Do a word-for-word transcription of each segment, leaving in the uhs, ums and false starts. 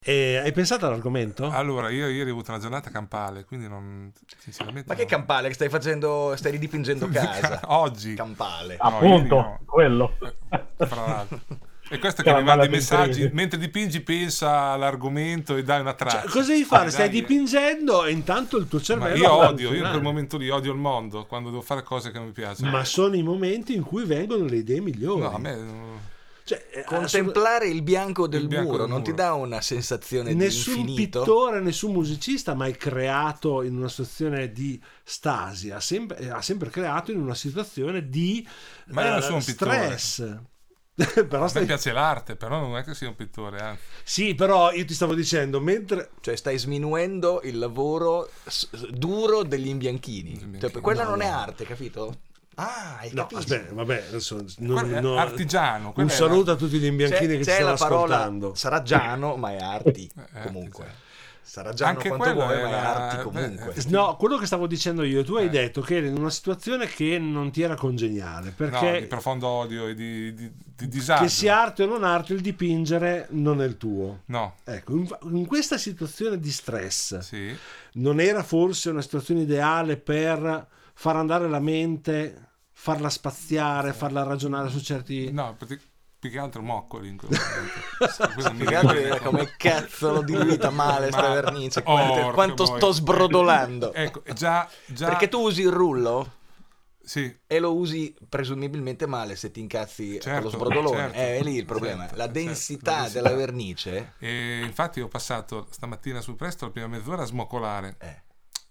E hai pensato all'argomento? Allora, io ieri ho avuto una giornata campale, quindi non, sinceramente... Ma che non... campale che stai facendo? Stai ridipingendo casa? Oggi. Campale. No, Appunto, no. quello. Eh, fra l'altro. E questo che mi manda i messaggi, mentre dipingi pensa all'argomento e dai una traccia. Cioè, cosa devi fare? Ah, Stai dai, dipingendo e intanto il tuo Ma cervello... io va a odio, io in funzionare. quel momento lì odio il mondo, quando devo fare cose che non mi piacciono. Ma sono i momenti in cui vengono le idee migliori. No, a me... Cioè, eh, Contemplare il bianco del Il bianco muro del non muro. ti dà una sensazione di nessun infinito? pittore, nessun musicista ha mai creato in una situazione di stasi, ha sempre, ha sempre creato in una situazione di Ma io non eh, sono un pittore. stress. Però A stai... me piace l'arte, però non è che sia un pittore, anzi. Sì, però io ti stavo dicendo, mentre Cioè stai sminuendo il lavoro s- duro degli imbianchini. Imbianchini. Cioè, quella No, non è no. arte, capito? Ah, hai no, capito. aspetta, vabbè, adesso non- Quello è non- artigiano, un quello è- saluto a tutti gli imbianchini C'è, che ci c'è stanno la parola, ascoltando. sarà Giano, ma è arti Eh, comunque. artigiano. Sarà Giano Anche quanto quello vuoi, è ma è la- arti comunque. beh, No, quello che stavo dicendo io, tu hai Eh. detto che eri in una situazione che non ti era congeniale, No, perché di profondo odio e di, di, di disagio. che sia arte o non arte, il dipingere non è il tuo. No, Ecco, in, in questa situazione di stress, sì. non era forse una situazione ideale per far andare la mente, farla spaziare, farla ragionare su certi... No, perché più che altro moccoli in quel momento. Questo mi Più che altro viene- era come cazzo l'ho diluita male sta Ma- vernice, quanto, Porca quanto boia. sto sbrodolando. Ecco, già, già... Perché tu usi il rullo Sì, e lo usi presumibilmente male se ti incazzi Certo, con lo sbrodolone. certo, Eh, è lì il problema. certo, la certo, densità la densità. della vernice. e infatti ho passato stamattina sul presto la prima mezz'ora a smoccolare, Eh.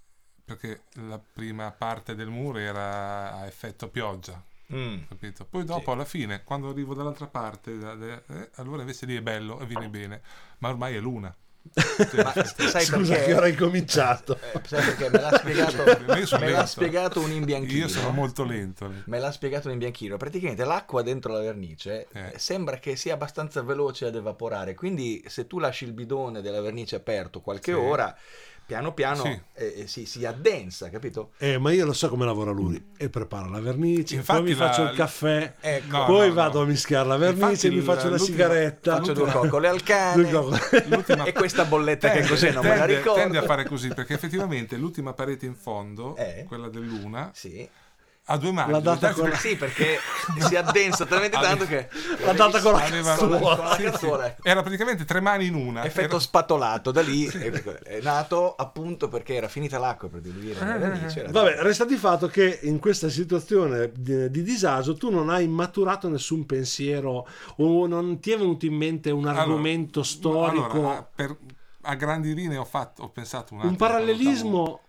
perché la prima parte del muro era a effetto pioggia, Mm. capito? Poi dopo alla fine, quando arrivo dall'altra parte, da- da- eh, allora invece lì è bello e viene bene, ma ormai è l'una. Cioè, Ma sai Scusa, perché? che ora hai cominciato. Eh, sai perché me l'ha spiegato, Ma io sono me l'ha lento. spiegato un imbianchino. Io sono molto lento. Me l'ha spiegato un imbianchino. Praticamente l'acqua dentro la vernice Eh. sembra che sia abbastanza veloce ad evaporare. Quindi se tu lasci il bidone della vernice aperto qualche Sì. ora, piano piano Sì. eh, eh, si, si addensa, capito? Eh, ma io lo so come lavora lui. E prepara la vernice, Infatti poi mi la- faccio il caffè, Ecco. No, poi no, vado no. a mischiare la vernice, Infatti mi il- faccio una l'ultima- sigaretta. Faccio due coccole al Due cane. coccole. L'ultima- E questa bolletta che cos'è? Non me la tende, ricordo. tende a fare così, perché effettivamente l'ultima parete in fondo, Eh. quella dell'una, Sì. ha due mani. L'ha data con la- Sì, perché si addensa talmente tanto che L'ha data con la Aveva- con la, con cazzuola. la Sì, sì. cazzuola. Era praticamente tre mani in una. Effetto Era- spatolato, da lì è, è nato appunto perché era finita l'acqua per diluire la vernice. era- Vabbè, resta di fatto che in questa situazione di, di disagio tu non hai maturato nessun pensiero o non ti è venuto in mente un Allora, argomento storico, allora, per- a grandi linee ho, fatto, ho pensato un attimo. un parallelismo.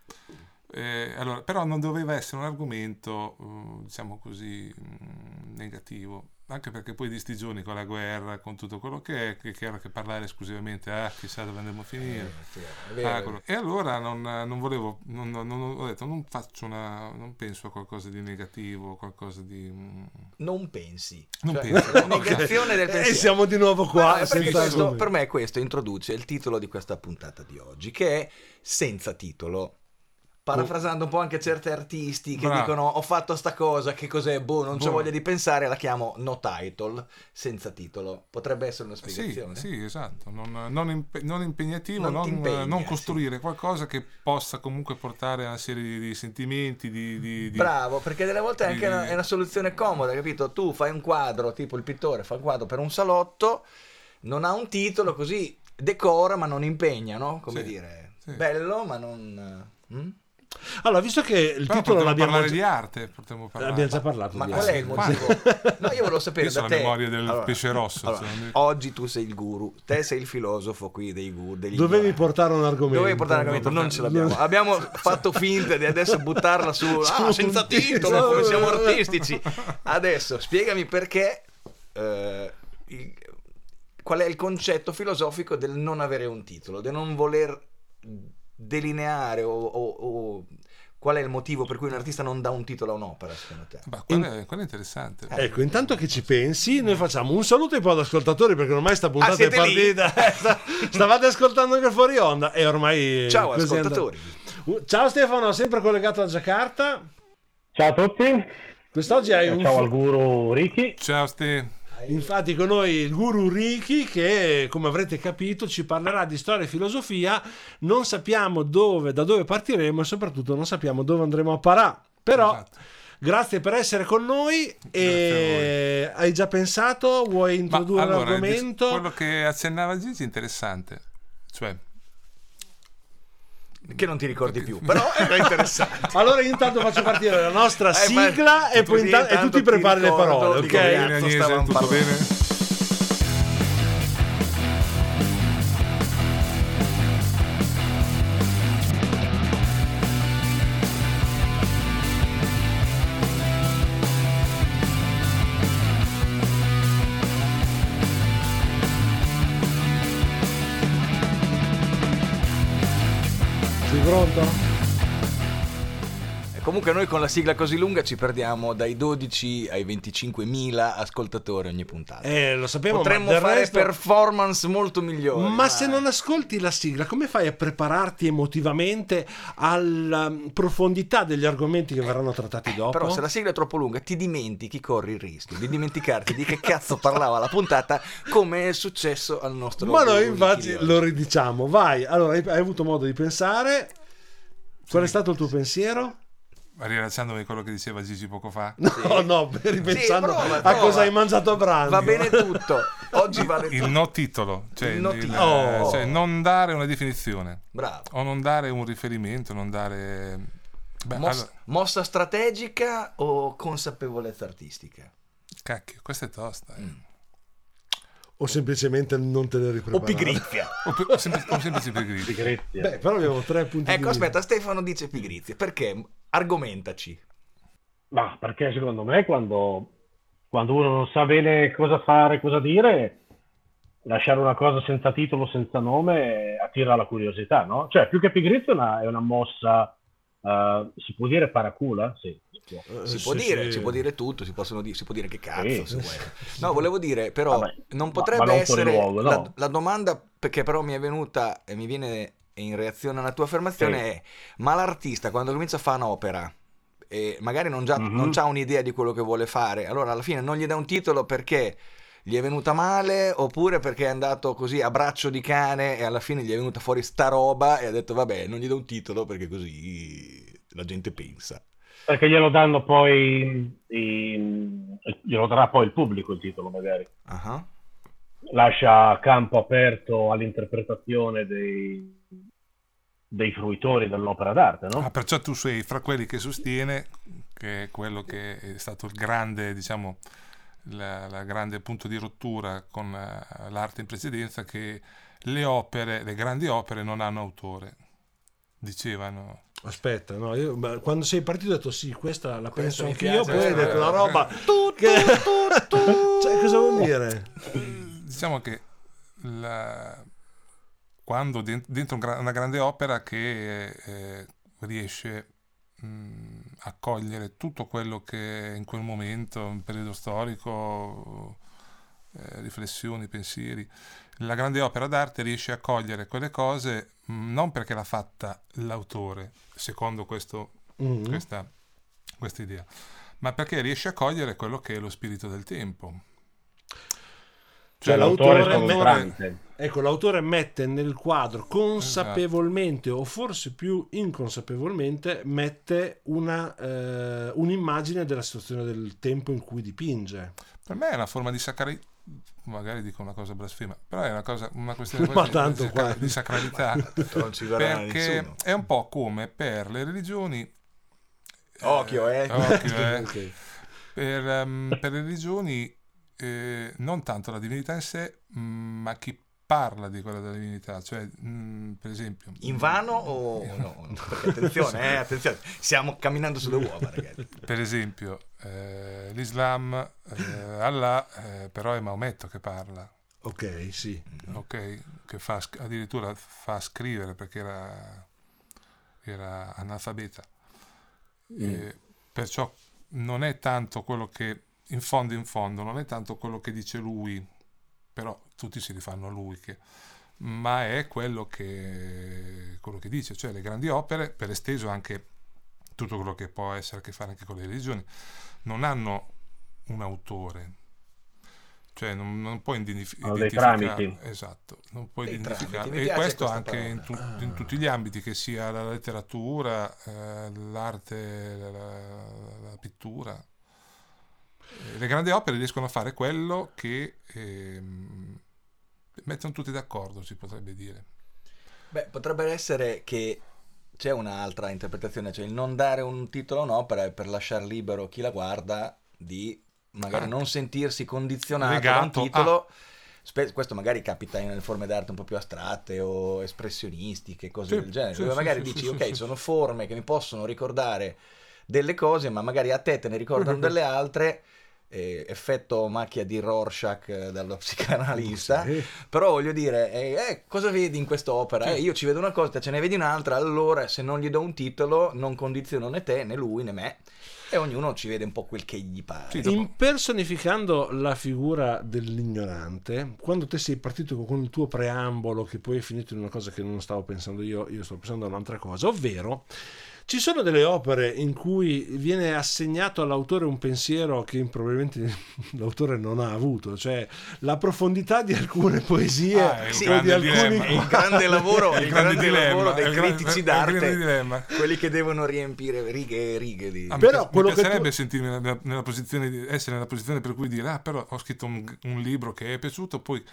Eh, allora, però non doveva essere un argomento, eh, diciamo così, mh, negativo, anche perché poi di sti giorni con la guerra, con tutto quello che è, che, che era che parlare esclusivamente, ah, chissà dove andremo a finire. È vero, Ah, è vero. quello- e allora non, non volevo, non, non- non- ho detto, non faccio una, non penso a qualcosa di negativo, qualcosa di... mh, Non pensi. Non Cioè, penso. la negazione del E pensiero. siamo di nuovo qua. Ma- perché senza questo- argomenti. per me questo introduce il titolo di questa puntata di oggi, che è Senza titolo. Parafrasando un po' anche certi artisti che Bravo. dicono ho fatto sta cosa, che cos'è, boh, non c'ho Boh. voglia di pensare, la chiamo no title, senza titolo. Potrebbe essere una Sì, spiegazione. sì, esatto, non, non impe- non impegnativo, Non ti non, impegna, non sì. costruire qualcosa che possa comunque portare a una serie di, di sentimenti, di... di- di- Bravo, perché delle volte è anche di- una, è una soluzione comoda, capito? Tu fai un quadro, tipo il pittore fa un quadro per un salotto, non ha un titolo, così decora ma non impegna, no? Come Sì, dire, sì. bello ma non... mm? Allora, visto che il Però titolo potremmo l'abbiamo parlare già- di arte, potremmo parlare. abbiamo già parlato Ma di qual arte. è il motivo? No, io volevo sapere Io so da la te. memoria del pesce rosso, allora, cioè, non mi- oggi tu sei il guru, te sei il filosofo qui dei guru. Degli Dovevi ignoranti. portare un argomento. Dovevi portare un argomento, non ce l'abbiamo. Abbiamo fatto finta di adesso buttarla su, ah, Su senza un titolo. titolo, come siamo artistici. Adesso spiegami perché, eh, il- qual è il concetto filosofico del non avere un titolo, del non voler delineare o, o- o qual è il motivo per cui un artista non dà un titolo a un'opera, secondo te? Beh, quello, è, quello è interessante. Ecco, intanto che ci pensi, noi facciamo un saluto ai podascoltatori perché ormai sta puntata Ah, è siete lì? partita. Sta- Stavate ascoltando anche fuori onda e ormai Ciao così è ascoltatori. andato. Uh, Ciao Stefano, sempre collegato a Giacarta. Ciao a tutti, Quest'oggi hai un ciao al guru Ricky. Ciao Ste. Infatti con noi il guru Ricky, che come avrete capito ci parlerà di storia e filosofia. Non sappiamo dove, da dove partiremo, e soprattutto non sappiamo dove andremo a parare. Però Esatto. grazie per essere con noi. E hai già pensato? Vuoi introdurre Ma, allora, l'argomento? quello che accennava Gigi è interessante, cioè che non ti ricordi più, però era interessante. Allora intanto faccio partire la nostra Eh, sigla ma- e poi così inta- e tu intanto ti ti prepari le ricordo parole, di ok? come Bene, cazzo Agnese, stavamo tutto parlando. bene? Sei pronto? E comunque noi con la sigla così lunga ci perdiamo dai dodici ai venticinquemila ascoltatori ogni puntata. Eh, lo sappiamo, Potremmo ma del fare resto... performance molto migliori. Ma se non ascolti la sigla, come fai a prepararti emotivamente alla profondità degli argomenti che verranno trattati dopo? Però se la sigla è troppo lunga ti dimentichi, corri il rischio di dimenticarti di che cazzo parlava la puntata, come è successo al nostro Ma noi guru infatti Ricky di lo oggi. ridiciamo. Vai, allora hai, hai avuto modo di pensare. Qual è stato il tuo pensiero? Rilacciandomi quello che diceva Gigi poco fa. No, no, ripensando Sì, prova, a prova. cosa hai mangiato a pranzo. Va bene tutto. Oggi vale Il tutto. no titolo, cioè, Il no il- titolo. Oh. cioè non dare una definizione Bravo. o non dare un riferimento, non dare... Beh, Mossa, allora, mossa strategica o consapevolezza artistica? cacchio, questa è tosta. eh. Mm. O semplicemente non te ne O ripreparato. pigrizia? O, pe- o sempli- o semplice pigrizia. Pigrizia. Beh, però abbiamo tre punti Ecco, di aspetta, Stefano dice pigrizia. Perché? Argomentaci. Ma perché secondo me quando, quando uno non sa bene cosa fare, cosa dire, lasciare una cosa senza titolo, senza nome, attira la curiosità, no? Cioè, più che pigrizia è una, è una mossa, eh, si può dire paracula? Sì, si può. vista. Si Eh, può sì, dire, sì. si può dire tutto, si possono dire, si può dire che cazzo, Sì. se vuoi. No, volevo dire, però, Vabbè, non ma- potrebbe ma non fuori essere luogo, no? la, la domanda, perché però mi è venuta e mi viene in reazione alla tua affermazione, Sì. è: ma l'artista quando comincia a fare un'opera e magari non già Mhm. non c'ha un'idea di quello che vuole fare, allora alla fine non gli dà un titolo perché gli è venuta male, oppure perché è andato così a braccio di cane e alla fine gli è venuta fuori sta roba e ha detto vabbè, non gli do un titolo perché così la gente pensa. Perché glielo danno poi, i- glielo darà poi il pubblico il titolo magari. Ah. Lascia campo aperto all'interpretazione dei, dei fruitori dell'opera d'arte, no? Ah, perciò tu sei fra quelli che sostiene che è quello che è stato il grande, diciamo, la, la grande punto di rottura con eh, l'arte in precedenza, che le opere, le grandi opere non hanno autore, dicevano. Aspetta, no, io, ma quando sei partito ho detto sì, questa la Questo penso mi anch'io, piace, poi hai eh. detto una roba che... cioè, cosa vuol dire? Diciamo che la- quando dent- dentro un gra- una grande opera che eh, riesce mh, a cogliere tutto quello che in quel momento, un periodo storico, eh, riflessioni, pensieri, la grande opera d'arte riesce a cogliere quelle cose mh, non perché l'ha fatta l'autore, secondo questo, Mm. questa, questa idea, ma perché riesce a cogliere quello che è lo spirito del tempo. Cioè, l'autore l'autore, come me- tramite. ecco, l'autore mette nel quadro consapevolmente o forse più inconsapevolmente mette una, eh, un'immagine della situazione del tempo in cui dipinge. Per me è una forma di sacralità, magari dico una cosa blasfema, però è una, cosa, una questione Ma quasi tanto di, qua- sacra- di sacralità, Non ci verrà perché nessuno. è un po' come per le religioni. Occhio, eh. occhio, eh. Ok. Per, ehm, per le religioni eh, non tanto la divinità in sé, mh, ma chi parla di quella della divinità, cioè mh, per esempio In vano o no? Perché attenzione, eh, attenzione, stiamo camminando sulle uova, ragazzi. per esempio eh, l'Islam, eh, Allah, eh, però è Maometto che parla, Ok, sì. ok, che fa sc- addirittura fa scrivere perché era, era analfabeta. E perciò non è tanto quello che in fondo in fondo non è tanto quello che dice lui, però tutti si rifanno a lui, che, ma è quello che quello che dice, cioè le grandi opere, per esteso anche tutto quello che può essere a che fare anche con le religioni, non hanno un autore, cioè non, non puoi identif- Hanno dei identificare, tramiti. esatto, non puoi Dei identificare, tramiti, mi e piace questo questa anche in, tu- parola. in tutti gli ambiti, che sia la letteratura, eh, l'arte, la, la- la pittura. Eh, Le grandi opere riescono a fare quello che ehm, mettono tutti d'accordo, si potrebbe dire. Beh, potrebbe essere che c'è un'altra interpretazione, cioè il non dare un titolo a un'opera è per lasciare libero chi la guarda di magari Anche. non sentirsi condizionato Legato da un titolo. Spe- questo magari capita nelle forme d'arte un po' più astratte o espressionistiche, cose Sì, del genere, sì, dove sì, magari sì, dici sì, ok, sì, sono forme che mi possono ricordare delle cose, ma magari a te te ne ricordano delle altre. eh, effetto macchia di Rorschach eh, dallo psicanalista. Sì. Però voglio dire, eh, eh, cosa vedi in quest'opera? Sì. Eh, io ci vedo una cosa, te ce ne vedi un'altra, allora se non gli do un titolo non condiziono né te né lui né me, e ognuno ci vede un po' quel che gli pare. Sì, dopo- Impersonificando la figura dell'ignorante, quando te sei partito con il tuo preambolo, che poi è finito in una cosa che non stavo pensando io, io stavo pensando a un'altra cosa, ovvero ci sono delle opere in cui viene assegnato all'autore un pensiero che probabilmente l'autore non ha avuto, cioè la profondità di alcune poesie Ah, è il Sì, o di grande alcuni dilemma. È il grande lavoro, È il il grande grande dilemma, lavoro è dei il grande- critici è il grande d'arte, dilemma. quelli che devono riempire righe e righe di... Ah, mi Però piace- quello mi che piacerebbe tu- sentirmi nella, nella posizione di essere nella posizione per cui dire ah, però ho scritto un, un libro che è piaciuto, poi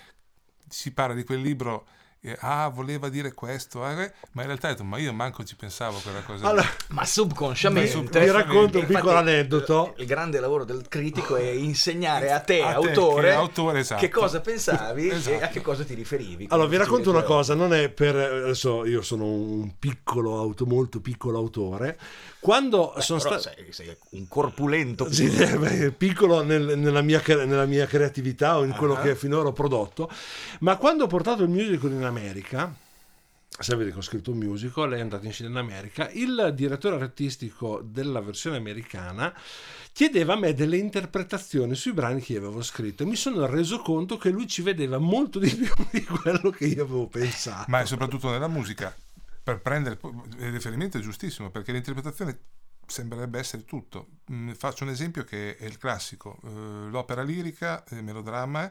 si parla di quel libro e, ah, voleva dire questo, eh, ma in realtà ho detto, ma io manco ci pensavo a quella cosa lì. Allora, Ma subconsciamente. Vi- vi racconto un Infatti, piccolo aneddoto. Il, il grande lavoro del critico è insegnare a te, A te autore, che autore, esatto. che cosa pensavi Esatto. e a che cosa ti riferivi. Allora, vi Quando racconto facevi una le tue cosa, non è per adesso io sono un piccolo auto, molto piccolo autore. Quando Beh, sono però stato sei, sei un corpulento Sì, piccolo. eh, beh, piccolo nel- nella, mia, cre- nella mia creatività o in quello Ah. che finora ho prodotto, ma quando ho portato il musical in America, sapete che ho scritto un musical, è andato in scena in America, il direttore artistico della versione americana chiedeva a me delle interpretazioni sui brani che io avevo scritto e mi sono reso conto che lui ci vedeva molto di più di quello che io avevo pensato. Ma è soprattutto nella musica, per prendere il riferimento è giustissimo, perché l'interpretazione sembrerebbe essere tutto. Mm, faccio un esempio che è il classico, eh, l'opera lirica, il melodramma,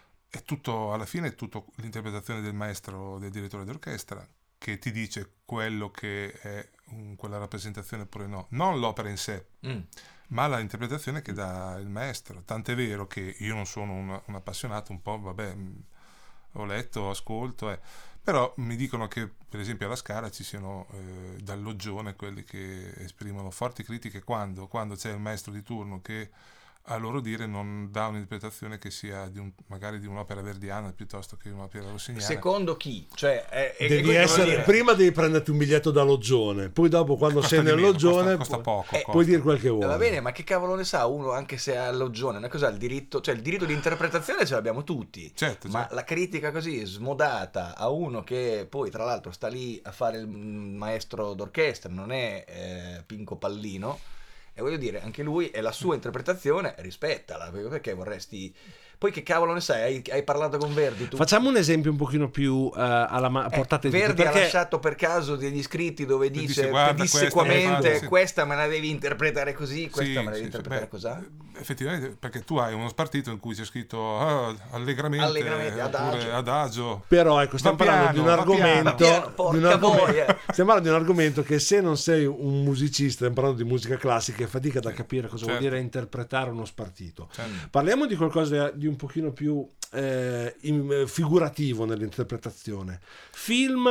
è tutto, alla fine è tutto l'interpretazione del maestro, del direttore d'orchestra, che ti dice quello che è un- quella rappresentazione oppure no, non l'opera in sé, Mm. ma la interpretazione che dà il maestro. Tant'è vero che io non sono un, un appassionato, un po', vabbè, mh, ho letto, ascolto, eh. Però mi dicono che per esempio alla Scala ci siano eh, dal Loggione quelli che esprimono forti critiche quando, quando c'è il maestro di turno che a loro dire non dà un'interpretazione che sia di un, magari di un'opera verdiana piuttosto che di un'opera rossiniana. Secondo chi? Cioè, è, è- Devi è quello che essere, voglio dire. prima devi prenderti un biglietto da Loggione, poi dopo quando Costa sei di nel meno, Loggione costa, costa pu- poco, Eh, costa. puoi dire quel che Eh, vuoi. va bene, ma che cavolo ne sa uno anche se è alloggione? Una cosa, il diritto, cioè il diritto di interpretazione ce l'abbiamo tutti. Certo, Ma certo. la critica così smodata a uno che poi tra l'altro sta lì a fare il maestro d'orchestra, non è eh, Pinco Pallino, e voglio dire, anche lui è la sua interpretazione, rispettala, perché vorresti... Poi che cavolo ne sai, hai, hai parlato con Verdi tu? Facciamo un esempio un pochino più eh, alla ma- Eh, portata di tutti, Verdi ha perché lasciato per caso degli scritti dove dice, dice "Guarda, pedissequamente questa- sì. questa me la devi interpretare così, questa Sì, me la devi sì, interpretare beh, così. effettivamente, perché tu hai uno spartito in cui c'è scritto ah, allegramente, Allegramente, oppure adagio. adagio. però ecco, stiamo Va parlando piano, di un va argomento, piano. di Porca un argomento- boia. stiamo parlando di un argomento che se non sei un musicista, stiamo parlando di musica classica, è fatica da Sì, capire cosa vuol certo. dire interpretare uno spartito. Cioè, Parliamo di qualcosa di un pochino più eh, in- figurativo nell'interpretazione. Film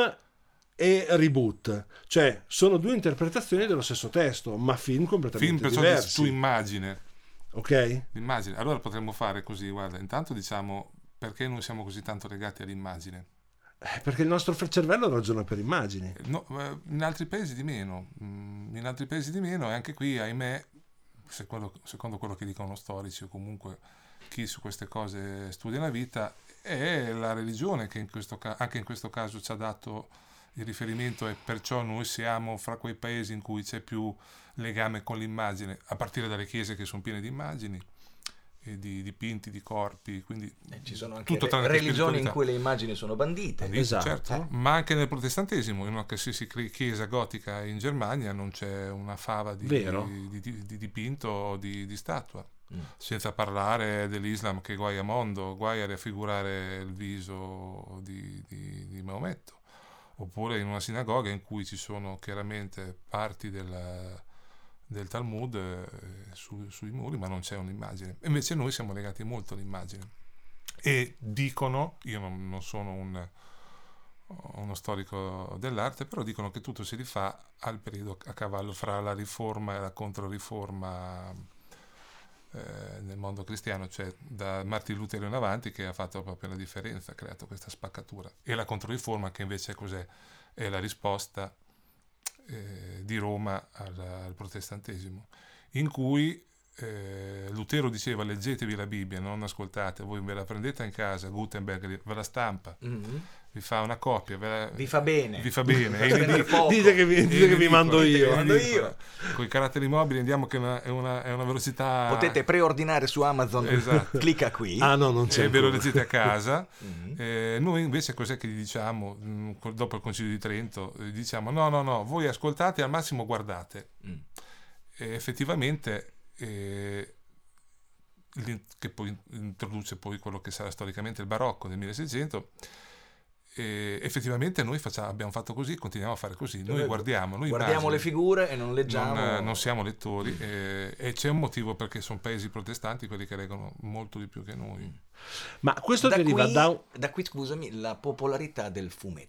e reboot, cioè sono due interpretazioni dello stesso testo, ma film film completamente per diversi. tu immagine. Ok? L'immagine. Allora potremmo fare così, guarda, intanto diciamo perché non siamo così tanto legati all'immagine. Eh, perché il nostro cervello ragiona per immagini. No, eh, in altri paesi di meno, Mm, in altri paesi di meno, e anche qui, ahimè, secondo, secondo quello che dicono storici o comunque chi su queste cose studia la vita, è la religione che in questo ca- anche in questo caso ci ha dato il riferimento, e perciò noi siamo fra quei paesi in cui c'è più legame con l'immagine, a partire dalle chiese che sono piene di immagini e di dipinti di corpi, quindi Eh, Ci sono anche tutto re- tranne che religioni in spiritualità. cui le immagini sono bandite. Lì, Esatto. certo, ma anche nel protestantesimo, in una qualsiasi cri- chiesa gotica in Germania non c'è una fava di, Vero. di, di- di dipinto o di, di statua. Mm. Senza parlare dell'Islam che guai a mondo, guai a raffigurare il viso di, di, di Maometto, oppure in una sinagoga in cui ci sono chiaramente parti del, del Talmud eh, su, sui muri, ma non c'è un'immagine. E invece noi siamo legati molto all'immagine. E dicono, io non, non sono un, uno storico dell'arte, però dicono che tutto si rifà al periodo a cavallo fra la riforma e la controriforma eh, nel mondo cristiano, cioè da Martin Lutero in avanti, che ha fatto proprio la differenza, ha creato questa spaccatura, e la controriforma che invece cos'è? È la risposta eh, di Roma al, al protestantesimo, in cui Eh, Lutero diceva: leggetevi la Bibbia, non ascoltate, voi ve la prendete in casa, Gutenberg ve la stampa, mm-hmm. vi fa una copia, ve la, vi fa bene, vi fa bene e dite che vi, dite che vi mando io, mando io. Con i caratteri mobili andiamo che una, è, una, è una velocità, potete preordinare su Amazon, esatto. clicca qui, ah no non c'è, e ve lo leggete a casa. mm-hmm. eh, noi invece cos'è che gli diciamo mh, dopo il Concilio di Trento? Gli diciamo no no no, voi ascoltate, al massimo guardate. mm. E effettivamente eh, che poi introduce poi quello che sarà storicamente il barocco del milleseicento, e effettivamente noi facciamo, abbiamo fatto così, continuiamo a fare così, noi guardiamo, noi guardiamo immagini, le figure e non leggiamo, non, non siamo lettori, e, e c'è un motivo perché sono paesi protestanti quelli che leggono molto di più che noi. Ma questo da deriva qui, da un... da qui scusami, la popolarità del fumetto.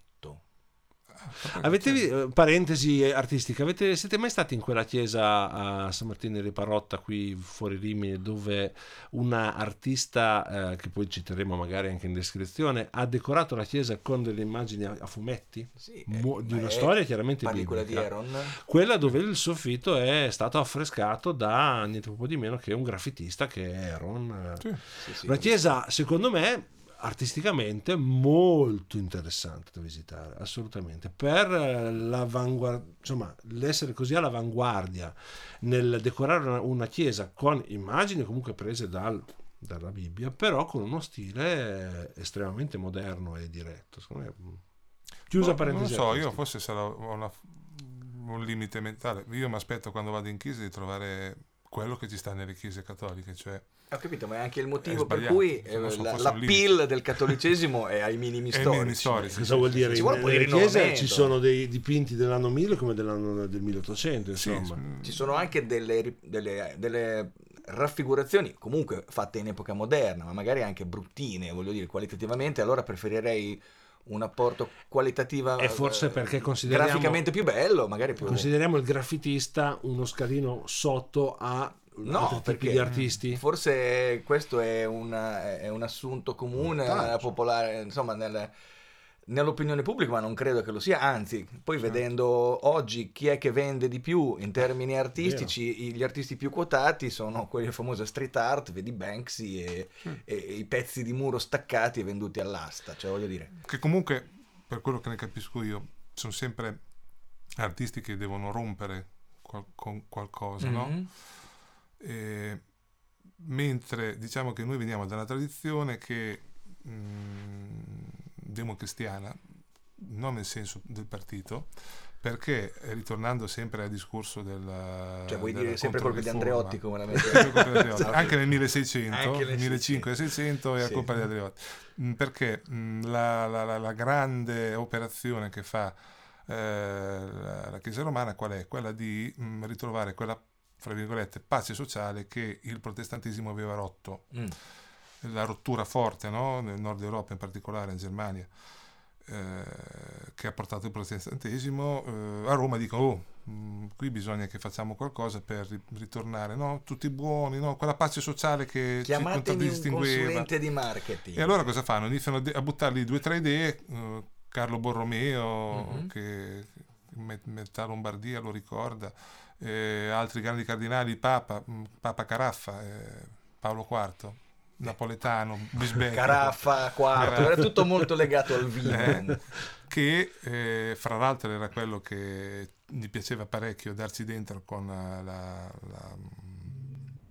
Avete, parentesi artistica, avete, siete mai stati in quella chiesa a San Martino di Riparotta qui fuori Rimini, dove una artista eh, che poi citeremo magari anche in descrizione ha decorato la chiesa con delle immagini a, a fumetti? Sì, Mo, eh, di una è, storia chiaramente biblica, quella di Aaron, quella dove il soffitto è stato affrescato da niente po' di meno che un graffitista che è Aaron. Sì. Sì, sì, una chiesa secondo me artisticamente molto interessante da visitare, assolutamente, per l'avanguardia, insomma, l'essere così all'avanguardia nel decorare una, una chiesa con immagini comunque prese dal, dalla Bibbia, però con uno stile estremamente moderno e diretto. Secondo me, chiusa no, parentesi. Non so, io forse sarò una, un limite mentale. Io mi aspetto quando vado in chiesa di trovare quello che ci sta nelle chiese cattoliche, cioè. Ho capito, ma è anche il motivo per cui eh, la, l'appeal del cattolicesimo è ai minimi storici. minimi storici. Cosa vuol dire? Ci vuole in, un po' di nelle chiese ci sono dei dipinti dell'anno mille come dell'anno del milleottocento, insomma. Sì, ci sono anche delle, delle, delle raffigurazioni comunque fatte in epoca moderna, ma magari anche bruttine, voglio dire, qualitativamente. Allora preferirei un apporto qualitativo e forse perché consideriamo graficamente più bello, magari più... consideriamo il graffitista uno scalino sotto a no, perché di artisti. Forse questo è, una, è un assunto comune nella popolare, insomma, nel, nell'opinione pubblica, ma non credo che lo sia. Anzi, poi certo. Vedendo oggi chi è che vende di più in termini artistici, Vero. Gli artisti più quotati sono quelli famosi street art, vedi Banksy e, mm. e, e i pezzi di muro staccati e venduti all'asta. Cioè, voglio dire, che comunque, per quello che ne capisco io, sono sempre artisti che devono rompere qual- con qualcosa, mm-hmm. no? E, mentre diciamo che noi veniamo da una tradizione che mh, democristiana, non nel senso del partito, perché ritornando sempre al discorso del, cioè vuoi dire sempre colpa di Andreotti come la mette anche nel milleseicento, nel millecinquecento e seicento è sì. colpa di Andreotti, perché mh, la, la, la grande operazione che fa eh, la, la Chiesa romana qual è? Quella di mh, ritrovare quella, fra virgolette, pace sociale che il protestantesimo aveva rotto, mm. la rottura forte, no? Nel nord Europa, in particolare in Germania, eh, che ha portato il protestantesimo. Eh, a Roma dicono, oh, mh, qui bisogna che facciamo qualcosa per ritornare, no? Tutti buoni, no? Quella pace sociale che chiamatemi ci contraddistingueva. Un consulente di marketing. E allora cosa fanno? Iniziano a buttargli due o tre idee, uh, Carlo Borromeo, mm-hmm. che metà Lombardia lo ricorda, eh, altri grandi cardinali, Papa, Papa Caraffa, eh, Paolo quarto, napoletano, bisbecco, Caraffa quarto, era tutto molto legato al vino, eh, che eh, fra l'altro era quello che gli piaceva parecchio darci dentro con la, la,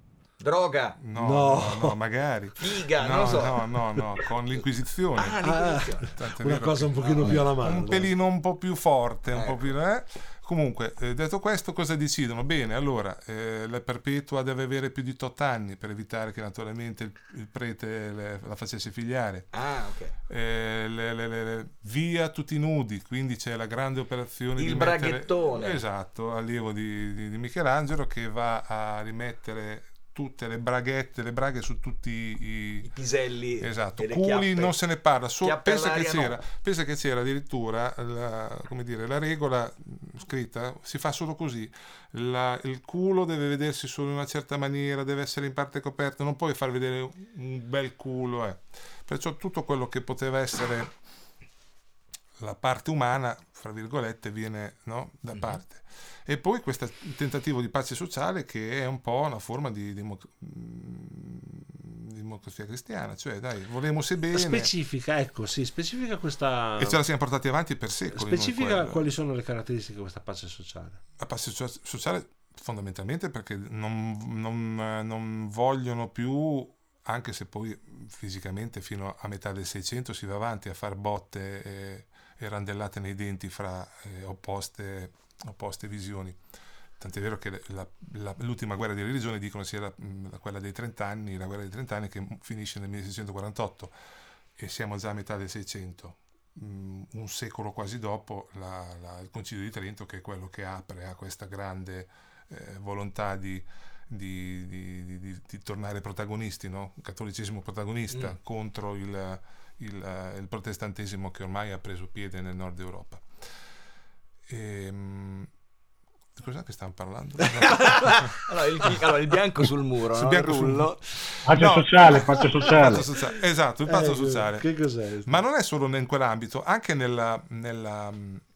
Droga. No, No. no, no, magari. Figa, no, non lo so. no, no, no, con l'Inquisizione. Ah, l'Inquisizione. Tant'è Una vero cosa che- un pochino più alla mano. un pelino un po' più forte, un Ecco. po' più eh. Comunque, eh, detto questo, cosa decidono? Bene, allora eh, la perpetua deve avere più di otto anni per evitare che naturalmente il, il prete le- la facesse figliare. Ah, ok. Eh, le- le- le- le- via tutti nudi, quindi c'è la grande operazione Il di mettere, braghettone. esatto, allievo di, di- di Michelangelo, che va a rimettere tutte le braghette, le braghe su tutti i, I piselli esatto, e le culi chiappe. non se ne parla, so- Chiappe pensa, che all'aria, c'era, no. pensa che c'era addirittura la, come dire, la regola mh, scritta, si fa solo così, La- il culo deve vedersi solo in una certa maniera, deve essere in parte coperto, non puoi far vedere un, un bel culo, eh. Perciò tutto quello che poteva essere la parte umana, fra virgolette, viene, no, da Mhm. parte. E poi questo tentativo di pace sociale che è un po' una forma di democ- di democrazia cristiana, cioè dai, volemo bene Specifica, ecco, sì, specifica questa... e ce la siamo portati avanti per secoli. noi Specifica quello. quali sono le caratteristiche di questa pace sociale. La pace socia- sociale fondamentalmente perché non, non- non vogliono più, anche se poi fisicamente fino a metà del Seicento si va avanti a far botte e, e randellate nei denti fra eh, opposte, opposte visioni. Tant'è vero che la- la- l'ultima guerra di religione dicono sia la- mh, quella dei trent'anni, la guerra dei trent'anni che finisce nel millesettecentoquarantotto e siamo già a metà del Seicento. Mm, un secolo quasi dopo la- la- il Concilio di Trento, che è quello che apre a questa grande eh, volontà di, di- di- di- di- di tornare protagonisti, no? Il cattolicesimo protagonista Mm. contro il, il- il protestantesimo che ormai ha preso piede nel nord Europa. Ehm, di cos'è che stiamo parlando? Allora, il, allora, il bianco sul muro, Sul no? bianco Il sul rullo. muro. Pace No. sociale, pace sociale. Patto sociale. Esatto, il patto Eh, sociale. Che cos'è? Ma non è solo in quell'ambito, anche nella, nella,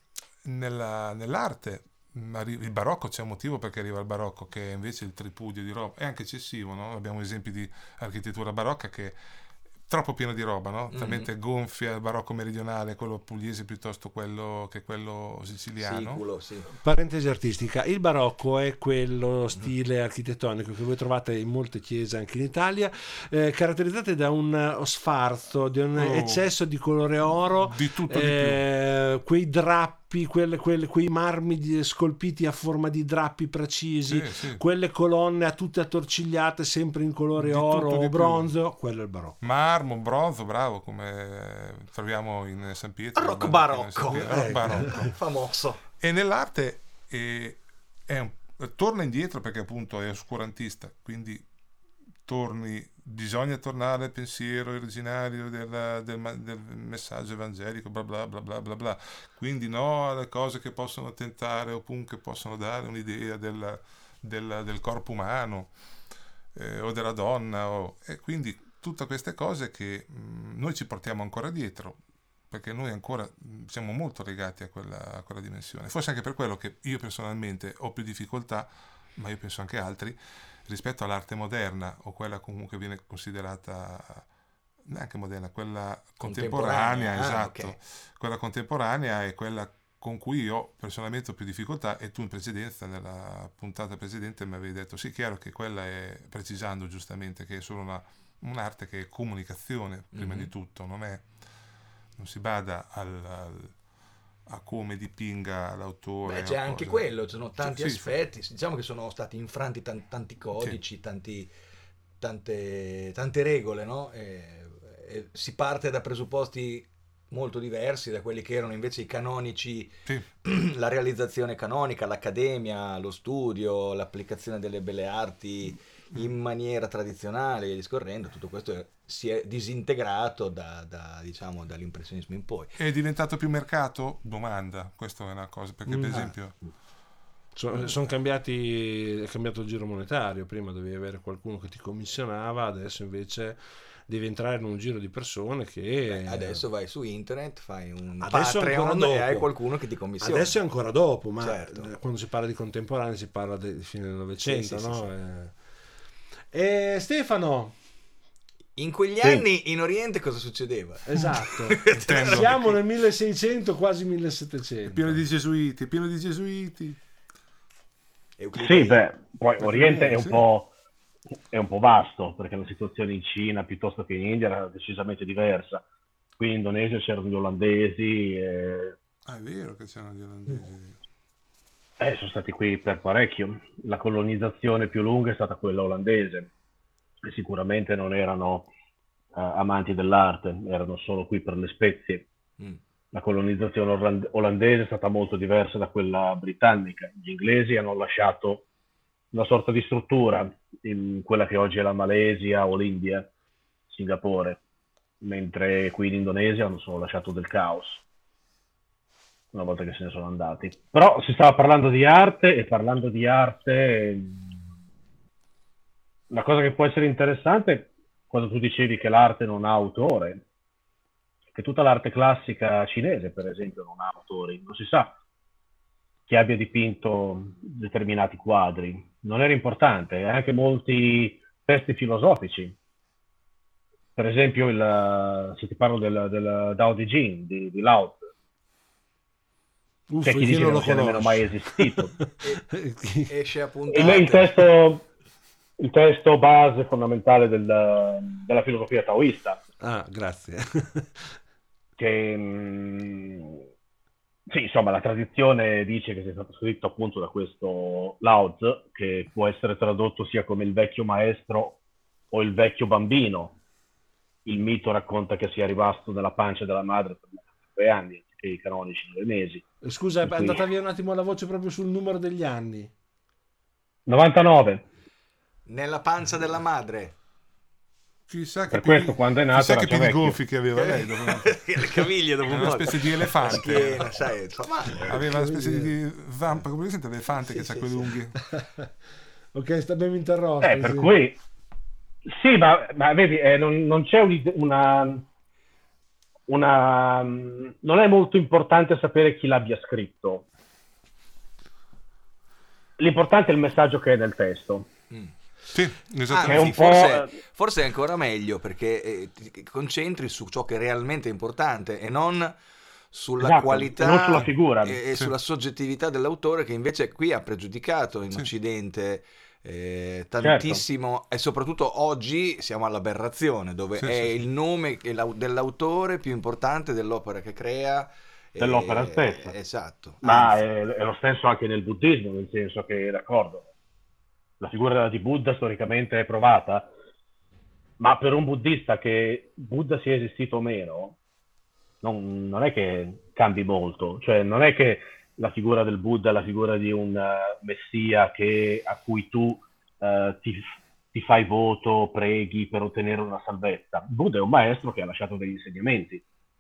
nella- nell'arte. Arri- Il barocco, c'è un motivo perché arriva il barocco, che è invece il tripudio di roba, è anche eccessivo, no? Abbiamo esempi di architettura barocca che è troppo pieno di roba, no? Mhm. Talmente gonfia il barocco meridionale, quello pugliese piuttosto quello che quello siciliano. Siculo, sì. Parentesi artistica, il barocco è quello stile architettonico che voi trovate in molte chiese anche in Italia, eh, caratterizzate da un eh, sfarzo, di un Oh. eccesso di colore oro, Di tutto di eh, quei drappi, quelle- quelle- quei marmi di- scolpiti a forma di drappi precisi, Sì, sì. quelle colonne a tutte attorcigliate sempre in colore Di oro tutto di o più. bronzo, quello è il barocco. Marmo, bronzo, bravo, come troviamo in San Pietro. Barocco, in barocco. San Pietro, Ecco. barocco. Famoso. E nell'arte eh, è un- torna indietro perché appunto è oscurantista, quindi torni, bisogna tornare al pensiero originario della- del, ma- del messaggio evangelico, bla bla bla bla bla bla. Quindi no alle cose che possono tentare o comunque possono dare un'idea del, del- del corpo umano eh, o della donna. O, e quindi tutte queste cose che mh, noi ci portiamo ancora dietro, perché noi ancora mh, siamo molto legati a quella, a quella dimensione. Forse anche per quello che io personalmente ho più difficoltà, ma io penso anche altri, rispetto all'arte moderna o quella comunque viene considerata neanche moderna, quella contemporanea, Contemporanea, ah, esatto. ok. Quella contemporanea è quella con cui io personalmente ho più difficoltà, e tu in precedenza, nella puntata precedente, mi avevi detto sì, chiaro che quella è, precisando giustamente, che è solo una, un'arte che è comunicazione prima Mhm. di tutto, non è, non si bada al, al- a come dipinga l'autore. Beh, o c'è anche cosa. quello, ci sono tanti Sì, sì. aspetti. Diciamo che sono stati infranti tan- tanti codici, tanti- tante, tante regole, no? E, e si parte da presupposti molto diversi da quelli che erano invece i canonici, Sì. la realizzazione canonica, l'accademia, lo studio, l'applicazione delle belle arti in maniera tradizionale e via discorrendo. Tutto questo è- si è disintegrato da, da, diciamo, dall'impressionismo in poi. È diventato più mercato? Domanda, questa è una cosa, perché per Mm. esempio Sono cambiati, è cambiato il giro monetario, prima dovevi avere qualcuno che ti commissionava, adesso invece devi entrare in un giro di persone che... Beh, adesso vai su internet, fai un Adesso Patreon ancora e dopo. hai qualcuno che ti commissiona. Adesso è ancora dopo, ma Certo. eh, quando si parla di contemporanei si parla di fine del Novecento, Sì, sì, no? sì, sì. Eh, E Stefano, In quegli Sì. anni in Oriente cosa succedeva? esatto, Intendo. siamo nel milleseicento, quasi è millesettecento. pieno di gesuiti, è pieno di gesuiti. Euclide. Sì, beh, poi Oriente è un Sì. po', è un po' vasto, perché la situazione in Cina piuttosto che in India era decisamente diversa. Qui in Indonesia c'erano gli olandesi, e... ah, è vero che c'erano gli olandesi. Eh, sono stati qui per parecchio. La colonizzazione più lunga è stata quella olandese, e sicuramente non erano uh, amanti dell'arte, erano solo qui per le spezie. Mm. La colonizzazione orland- olandese è stata molto diversa da quella britannica. Gli inglesi hanno lasciato una sorta di struttura in quella che oggi è la Malesia o l'India, Singapore, mentre qui in Indonesia hanno solo lasciato del caos una volta che se ne sono andati. Però si stava parlando di arte, e parlando di arte una cosa che può essere interessante, quando tu dicevi che l'arte non ha autore, che tutta l'arte classica cinese, per esempio, non ha autori. Non si sa chi abbia dipinto determinati quadri. Non era importante. Anche molti testi filosofici. Per esempio, il, se ti parlo del, del Dao Di Jing, di, di Lao Tzu. Uffa, C'è chi dice che non sia nemmeno mai esistito. e, esce appunto il, il, testo, il testo base fondamentale del, della filosofia taoista. Ah, grazie. Che mh, sì, insomma, la tradizione dice che sia stato scritto appunto da questo Lao Tzu, che può essere tradotto sia come il vecchio maestro o il vecchio bambino. Il mito racconta che sia rimasto nella pancia della madre per nove anni, che i canonici nove mesi. Scusa, è cui... andata via un attimo la voce proprio sul numero degli anni. novantanove. Nella pancia della madre. Chissà che per piedi, questo quando è nato chissà era che già piedi vecchio. gonfi che aveva lei dopo una... le caviglie dopo una specie di elefante. Schiena, sai, male, aveva una specie di vampa, come sente l'elefante sì, che sì, ha quelle sì. unghie. Ok, abbiamo interrotto. Eh, per sì. cui sì, ma, ma vedi, eh, non, non c'è una, una non è molto importante sapere chi l'abbia scritto. L'importante è il messaggio che è nel testo. Mm. Sì, esattamente. Anzi, un forse, po'... forse è ancora meglio, perché eh, ti concentri su ciò che è realmente importante e non sulla esatto, qualità non sulla figura. e, e sì. sulla soggettività dell'autore, che invece qui ha pregiudicato in sì. Occidente eh, tantissimo, certo. E soprattutto oggi siamo all'aberrazione, dove sì, è sì, il sì. nome dell'autore più importante dell'opera che crea. Dell'opera eh, stessa. Esatto. Ma è, è lo stesso anche nel buddismo, nel senso che, d'accordo, la figura di Buddha storicamente è provata, ma per un buddista, che Buddha sia esistito o meno, non, non è che cambi molto. Cioè, non è che la figura del Buddha è la figura di un uh, messia che, a cui tu uh, ti, ti fai voto, preghi per ottenere una salvezza. Buddha è un maestro che ha lasciato degli insegnamenti.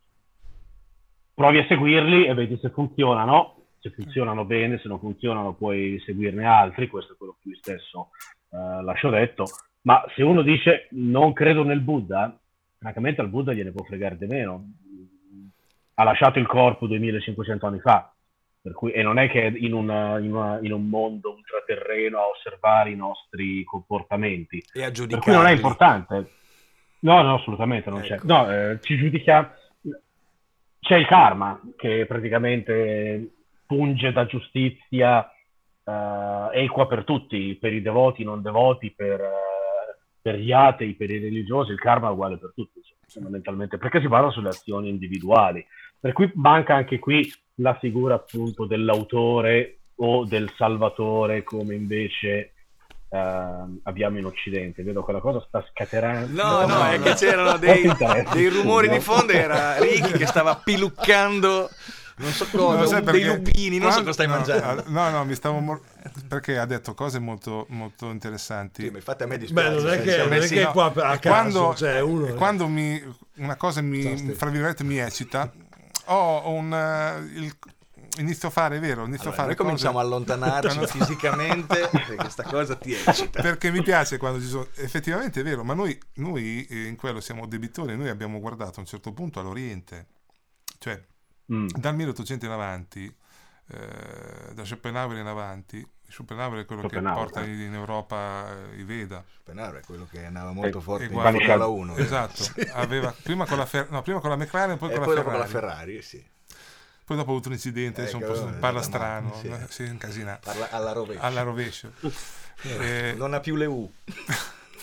Provi a seguirli e vedi se funzionano. Se funzionano bene, se non funzionano puoi seguirne altri. Questo è quello che lui stesso uh, lascio detto. Ma se uno dice non credo nel Buddha, francamente al Buddha gliene può fregare di meno. Ha lasciato il corpo duemilacinquecento anni fa, per cui, e non è che in, una, in, una, in un mondo ultraterreno a osservare i nostri comportamenti, e a per cui non è importante. No, no, assolutamente non ecco. c'è. No, eh, ci giudica. C'è il karma, che praticamente punge da giustizia uh, equa per tutti, per i devoti, non devoti, per, uh, per gli atei, per i religiosi. Il karma è uguale per tutti, fondamentalmente, perché si basa sulle azioni individuali. Per cui manca anche qui la figura appunto dell'autore o del salvatore, come invece uh, abbiamo in Occidente. Vedo che la cosa sta scatenando. No, no, no, è che c'erano dei, dei rumori di fondo, era Ricky che stava piluccando non so cosa, no, dei lupini, non quando, so cosa stai no, mangiando. No, no, mi stavo mor- perché ha detto cose molto, molto interessanti. Sì, ma infatti a me dispiace. Beh, non è che, non è che no, qua a caso, quando, cioè uno quando mi, una cosa mi, fra virgolette, mi eccita, ho un uh, il, inizio a fare, vero? Inizio allora, a fare noi cominciamo cose... a allontanarci fisicamente perché questa cosa ti eccita. Perché mi piace quando ci sono, effettivamente è vero, ma noi, noi in quello siamo debitori. Noi abbiamo guardato a un certo punto all'Oriente, cioè mm. dal milleottocento in avanti, eh, da Schopenhauer in avanti. Schopenhauer è quello Schopenhauer, che porta eh. in Europa i Veda. Schopenhauer è quello che andava molto e, forte e in Formula uno. Esatto, sì. Aveva prima con la Fer- no, prima con la McLaren, poi, e con, poi la dopo con la Ferrari, sì. Poi dopo ha avuto un incidente, adesso ecco, un po' parla strano, sì. si è incasinato. Parla alla rovescia. Alla rovescia. eh, non ha più le U.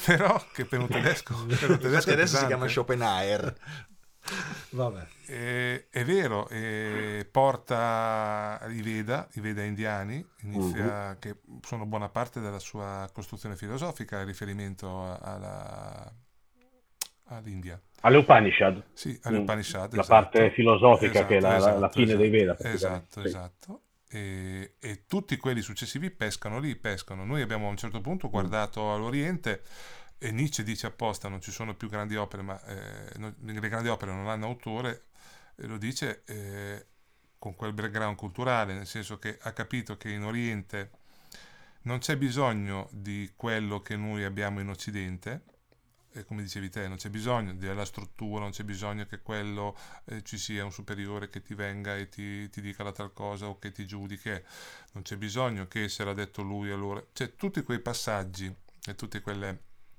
però che per un tedesco, per un tedesco è adesso si chiama pesante. Schopenhauer. Vabbè. Eh, è vero, eh, porta i Veda, i Veda indiani, inizia, che sono buona parte della sua costruzione filosofica, il riferimento alla, all'India. Alle Upanishad. Sì, alle Mm. Upanishad, La esatto. parte filosofica Esatto, che è la, la- la esatto, fine dei Veda. esatto, esatto, Sì. esatto. E, e tutti quelli successivi pescano lì, pescano. Noi abbiamo a un certo punto guardato all'Oriente e Nietzsche dice apposta non ci sono più grandi opere, ma eh, no- le grandi opere non hanno autore, e lo dice eh, con quel background culturale, nel senso che ha capito che in Oriente non c'è bisogno di quello che noi abbiamo in Occidente, e come dicevi te, non c'è bisogno della struttura, non c'è bisogno che quello eh, ci sia un superiore che ti venga e ti, ti dica la tal cosa o che ti giudichi, non c'è bisogno che se l'ha detto lui allora, cioè tutti quei passaggi e tutte quelle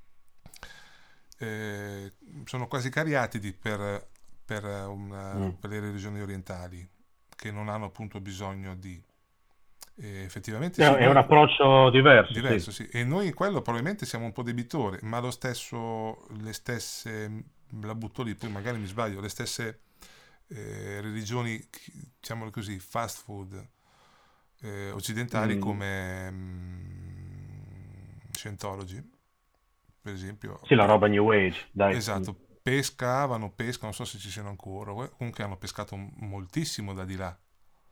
eh, sono quasi cariatidi per, per, una, Mm. per le religioni orientali che non hanno appunto bisogno di e effettivamente È, sì, è noi- un approccio diverso. diverso, sì. sì. E noi in quello probabilmente siamo un po' debitori, ma lo stesso, le stesse, la butto lì, poi magari mi sbaglio, le stesse eh, religioni, diciamolo così, fast food eh, occidentali Mm. come mm, Scientology, per esempio. Sì, la roba New Age, dai. Esatto, pescavano, pescano, non so se ci siano ancora, comunque hanno pescato moltissimo da di là.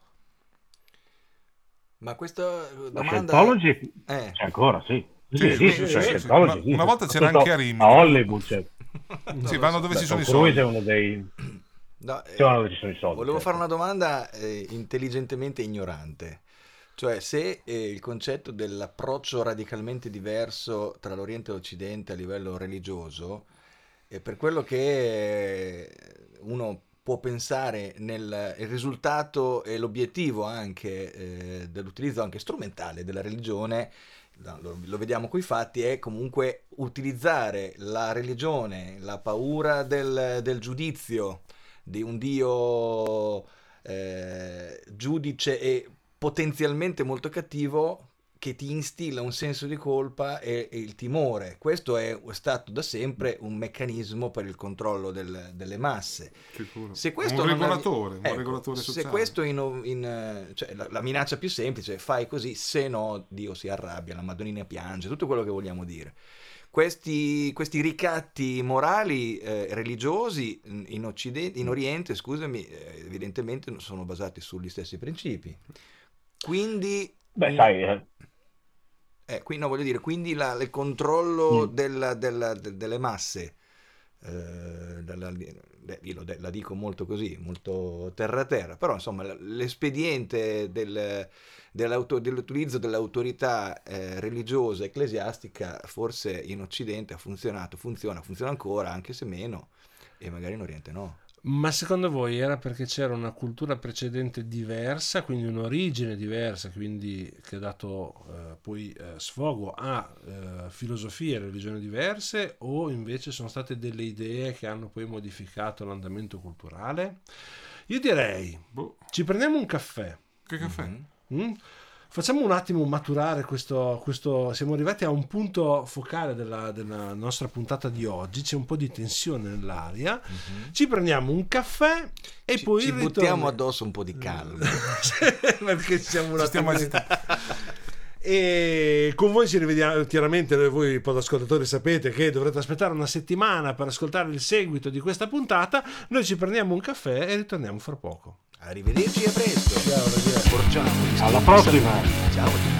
Ma questa La domanda... Scientology Eh. c'è ancora, sì. Sì, Sì, sì, sì, sì, sì, cioè, sì. Scientology, Una- sì. una volta c'era Soprattutto anche a Rimini. A Hollywood, cioè. Sì, vanno dove Beh, ci sono i Tom Cruise soldi. è uno dei... No, Sì, vanno dove ci sono i soldi. volevo certo. fare una domanda eh, intelligentemente ignorante. Cioè, se eh, il concetto dell'approccio radicalmente diverso tra l'Oriente e l'Occidente a livello religioso, e per quello che eh, uno può pensare nel il risultato e l'obiettivo anche eh, dell'utilizzo anche strumentale della religione, no, lo, lo vediamo coi fatti, è comunque utilizzare la religione, la paura del, del giudizio, di un Dio eh, giudice e potenzialmente molto cattivo, che ti instilla un senso di colpa e, e il timore. Questo è stato da sempre un meccanismo per il controllo del- delle masse. Sicuro. Se questo un non regolatore, avvi- un regolatore se sociale. questo in, in, eh, cioè, la, la minaccia più semplice, fai così, se no Dio si arrabbia, la Madonnina piange, tutto quello che vogliamo dire. Questi, questi ricatti morali eh, religiosi in, in Occidente, in Oriente, scusami, eh, evidentemente sono basati sugli stessi principi. Quindi, Beh, sai, eh, eh, qui, no, voglio dire, quindi la- il controllo Mm. della- della- de- delle masse, eh, della- de- io lo de- la dico molto così, molto terra terra, però insomma l- l'espediente del- dell'auto- dell'utilizzo dell'autorità eh, religiosa ecclesiastica forse in Occidente ha funzionato, funziona, funziona ancora, anche se meno, e magari in Oriente no. Ma secondo voi era perché c'era una cultura precedente diversa, quindi un'origine diversa, quindi che ha dato eh, poi eh, sfogo a eh, filosofie e religioni diverse, o invece sono state delle idee che hanno poi modificato l'andamento culturale? Io direi, Boh, ci prendiamo un caffè, che caffè? Mhm. mm? Facciamo un attimo maturare questo, questo, siamo arrivati a un punto focale della, della nostra puntata di oggi, c'è un po' di tensione nell'aria, ci prendiamo un caffè e Ci, poi ci ritorni- buttiamo addosso un po' di calma. perché siamo un Ci stiamo attimo- e con voi ci rivediamo, chiaramente voi podascoltatori sapete che dovrete aspettare una settimana per ascoltare il seguito di questa puntata. Noi ci prendiamo un caffè e ritorniamo fra poco. Arrivederci e a presto. Ciao ragazzi. Porciamo. alla prossima! Ciao.